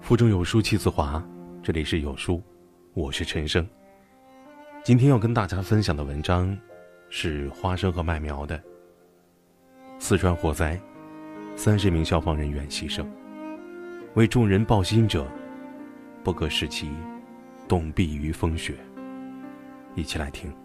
腹中有书气自华，这里是有书，我是陈生。今天要跟大家分享的文章是花生和麦苗的。四川火灾，30名消防人员牺牲，为众人抱薪者，不可使其冻毙于风雪。一起来听。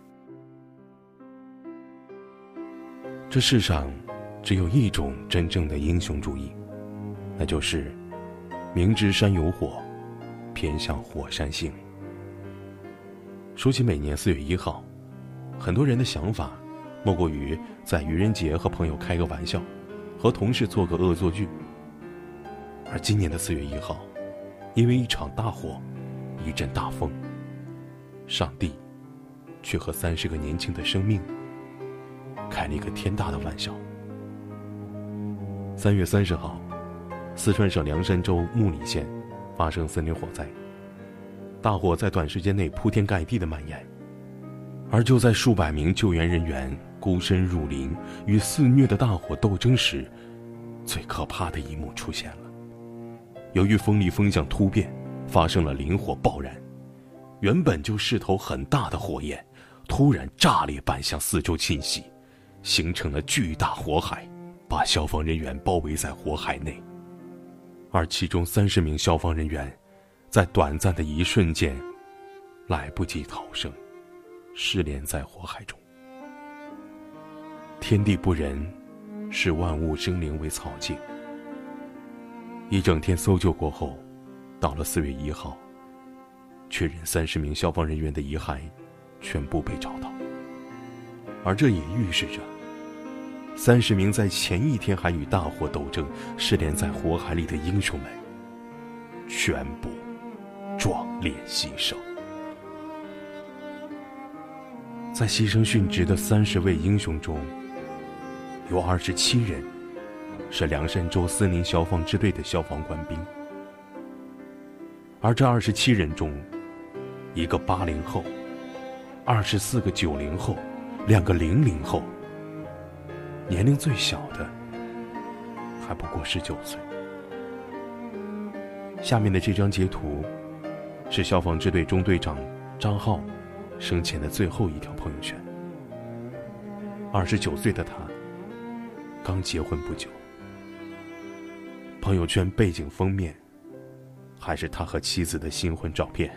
这世上只有一种真正的英雄主义，那就是明知山有火，偏向火山行。说起每年4月1号，很多人的想法莫过于在愚人节和朋友开个玩笑，和同事做个恶作剧。而今年的4月1号，因为一场大火，一阵大风，上帝却和30个年轻的生命开了一个天大的玩笑。3月30号，四川省凉山州木里县发生森林火灾，大火在短时间内铺天盖地的蔓延。而就在数百名救援人员孤身入林与肆虐的大火斗争时，最可怕的一幕出现了。由于风力风向突变，发生了林火爆燃，原本就势头很大的火焰突然炸裂般向四周侵袭，形成了巨大火海，把消防人员包围在火海内。而其中30名消防人员在短暂的一瞬间来不及逃生，失联在火海中。天地不仁，视万物生灵为草芥。一整天搜救过后，到了4月1号，确认30名消防人员的遗骸全部被找到。而这也预示着30名在前一天还与大火斗争失联在火海里的英雄们全部壮烈牺牲。在牺牲殉职的30位英雄中，有27人是凉山州森林消防支队的消防官兵。而这27人中，1个80后，24个90后，2个00后，年龄最小的还不过19岁。下面的这张截图是消防支队中队长张浩生前的最后一条朋友圈。29岁的他刚结婚不久，朋友圈背景封面还是他和妻子的新婚照片。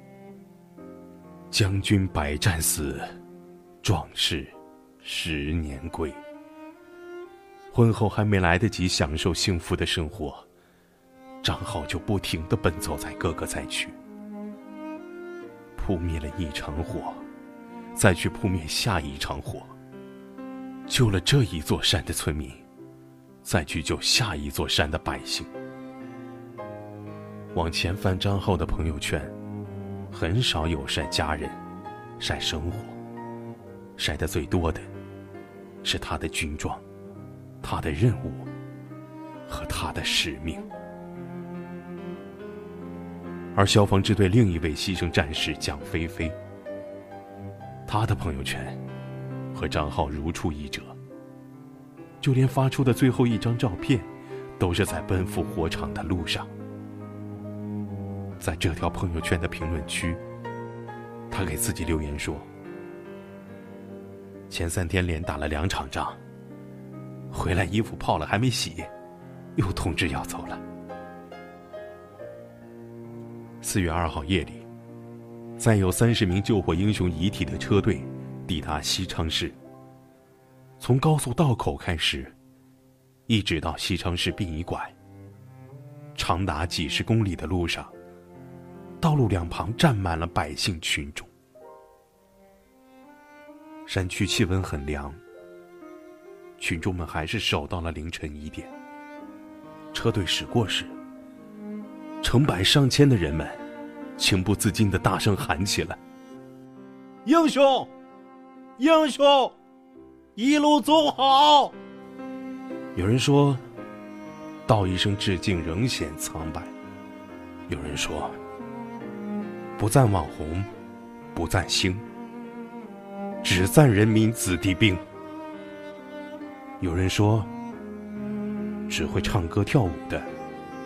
将军百战死，壮士10年归。婚后还没来得及享受幸福的生活，张浩就不停地奔走在各个灾区，扑灭了一场火，再去扑灭下一场火，救了这一座山的村民，再去救下一座山的百姓。往前翻张浩的朋友圈，很少有晒家人、晒生活，晒得最多的是他的军装、他的任务和他的使命。而消防支队另一位牺牲战士蒋菲菲，他的朋友圈和张浩如出一辙，就连发出的最后一张照片都是在奔赴火场的路上。在这条朋友圈的评论区，他给自己留言说，前3天连打了2场仗，回来衣服泡了还没洗，又通知要走了。4月2号夜里，载有30名救火英雄遗体的车队抵达西昌市。从高速道口开始，一直到西昌市殡仪馆，长达几10公里的路上，道路两旁站满了百姓群众。山区气温很凉，群众们还是守到了凌晨1点。车队驶过时，成百上千的人们情不自禁地大声喊起了：英雄，英雄，一路走好！有人说，道一声致敬仍显苍白；有人说，不赞网红，不赞星，只赞人民子弟兵。有人说，只会唱歌跳舞的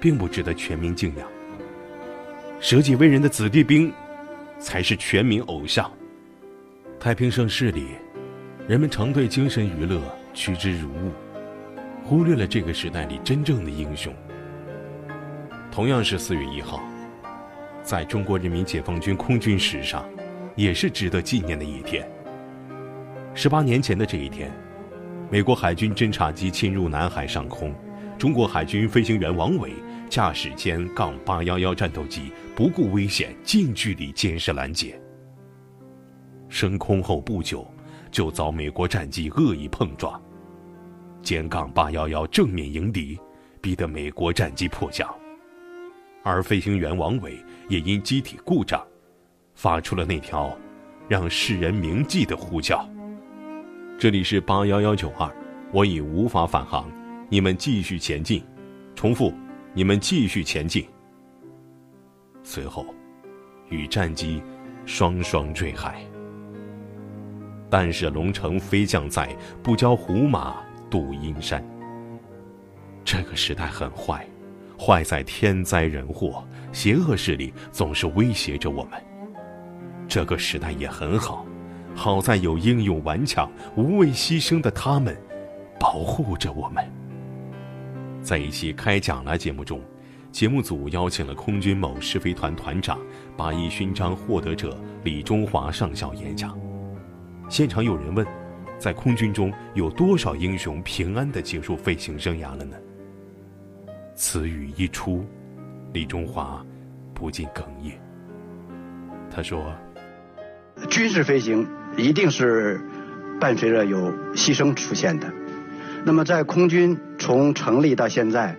并不值得全民敬仰。舍己为人的子弟兵才是全民偶像。太平盛世里，人们常对精神娱乐趋之如鹜，忽略了这个时代里真正的英雄。同样是4月1号，在中国人民解放军空军史上，也是值得纪念的一天。18年前的这一天，美国海军侦察机侵入南海上空，中国海军飞行员王伟驾驶歼杠811战斗机不顾危险，近距离监视拦截。升空后不久，就遭美国战机恶意碰撞，歼杠811正面迎敌，逼得美国战机迫降。而飞行员王伟也因机体故障，发出了那条让世人铭记的呼叫。这里是81192，我已无法返航，你们继续前进。重复，你们继续前进。随后，与战机双双坠海。但是龙城飞将在，不教胡马度阴山。这个时代很坏，坏在天灾人祸，邪恶势力总是威胁着我们。这个时代也很好，好在有英勇顽强、无畏牺牲的他们保护着我们。在一期开讲了节目中，节目组邀请了空军某试飞团团长、8·1勋章获得者李中华上校演讲。现场有人问，在空军中有多少英雄平安地结束飞行生涯了呢？此语一出，李中华不禁哽咽。他说， 军事飞行一定是伴随着有牺牲出现的。那么在空军从成立到现在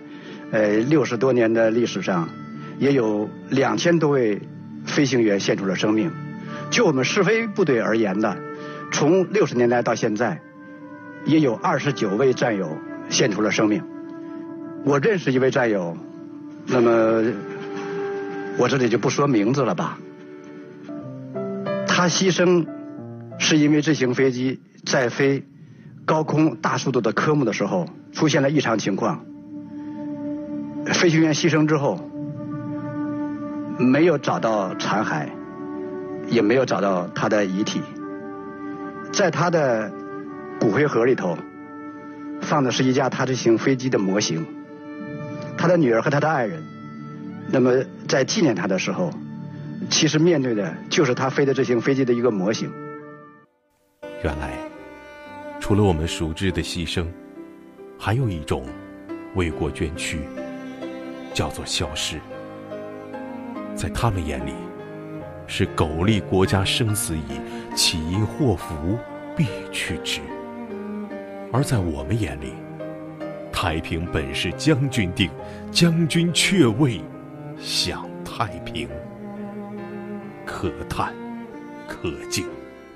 60多年的历史上，也有2000多位飞行员献出了生命。就我们试飞部队而言呢，从60年代到现在，也有29位战友献出了生命。我认识一位战友，那么我这里就不说名字了吧。他牺牲是因为这型飞机在飞高空大速度的科目的时候出现了异常情况，飞行员牺牲之后没有找到残骸，也没有找到他的遗体，在他的骨灰盒里头放的是一架他这型飞机的模型。他的女儿和他的爱人，那么在纪念他的时候，其实面对的就是他飞的这型飞机的一个模型。 原来除了我们熟知的牺牲，还有一种为国捐躯，叫做消失。在他们眼里，是苟利国家生死以，岂因祸福必去之。而在我们眼里，太平本是将军定，将军却为享太平。可叹可敬。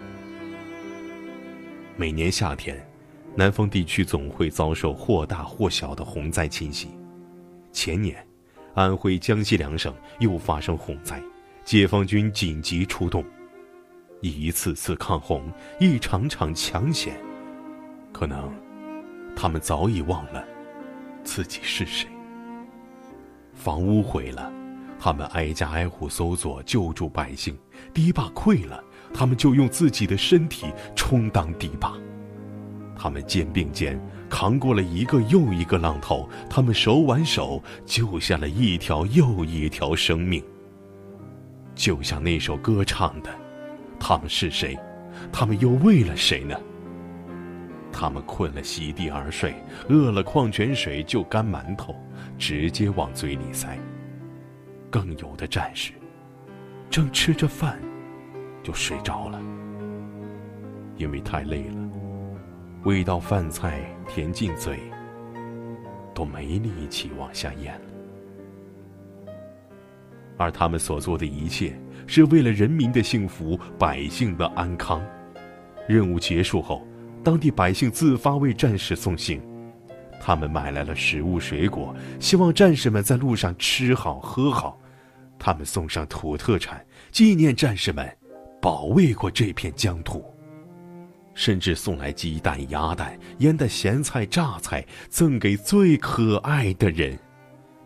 每年夏天，南方地区总会遭受或大或小的洪灾侵袭。前年，安徽、江西2省又发生洪灾，解放军紧急出动，一次次抗洪，一场场抢险。可能他们早已忘了自己是谁。房屋毁了，他们挨家挨户搜索救助百姓；堤坝溃了，他们就用自己的身体充当堤坝。他们肩并肩扛过了一个又一个浪头，他们手挽手救下了一条又一条生命。就像那首歌唱的，他们是谁？他们又为了谁呢？他们困了席地而睡，饿了矿泉水就干馒头，直接往嘴里塞。更有的战士正吃着饭就睡着了，因为太累了，味道饭菜填进嘴都没力气往下咽了。而他们所做的一切是为了人民的幸福，百姓的安康。任务结束后，当地百姓自发为战士送行，他们买来了食物水果，希望战士们在路上吃好喝好。他们送上土特产，纪念战士们保卫过这片疆土。甚至送来鸡蛋、鸭蛋、腌的咸菜、榨菜，赠给最可爱的人。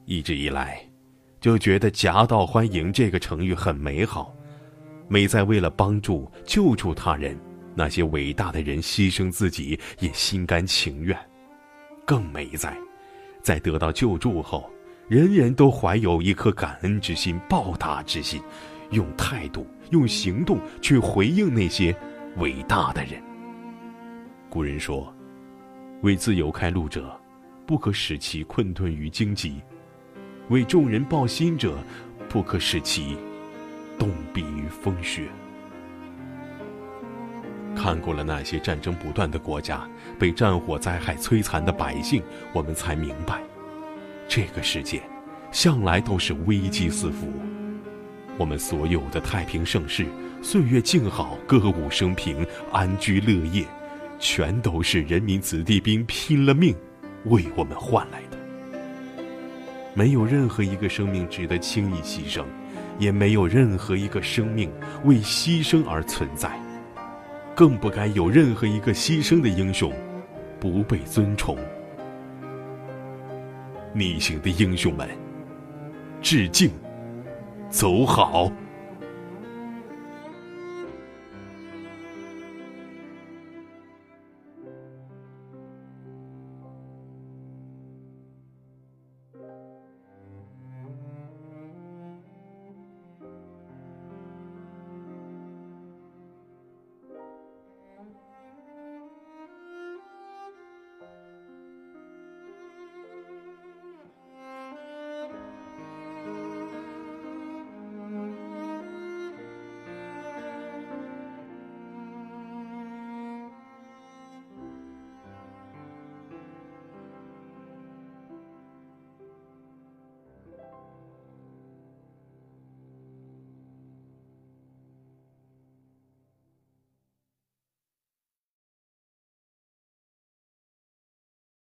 一直以来，就觉得夹道欢迎这个成语很美好，美在为了帮助救助他人，那些伟大的人牺牲自己也心甘情愿，更美在得到救助后，人人都怀有一颗感恩之心、报答之心，用态度、用行动去回应那些伟大的人。古人说，为自由开路者，不可使其困顿于荆棘；为众人抱薪者，不可使其冻毙于风雪。看过了那些战争不断的国家，被战火灾害摧残的百姓，我们才明白，这个世界向来都是危机四伏。我们所有的太平盛世、岁月静好、歌舞升平、安居乐业，全都是人民子弟兵拼了命为我们换来的。没有任何一个生命值得轻易牺牲，也没有任何一个生命为牺牲而存在，更不该有任何一个牺牲的英雄不被尊崇。逆行的英雄们，致敬，走好。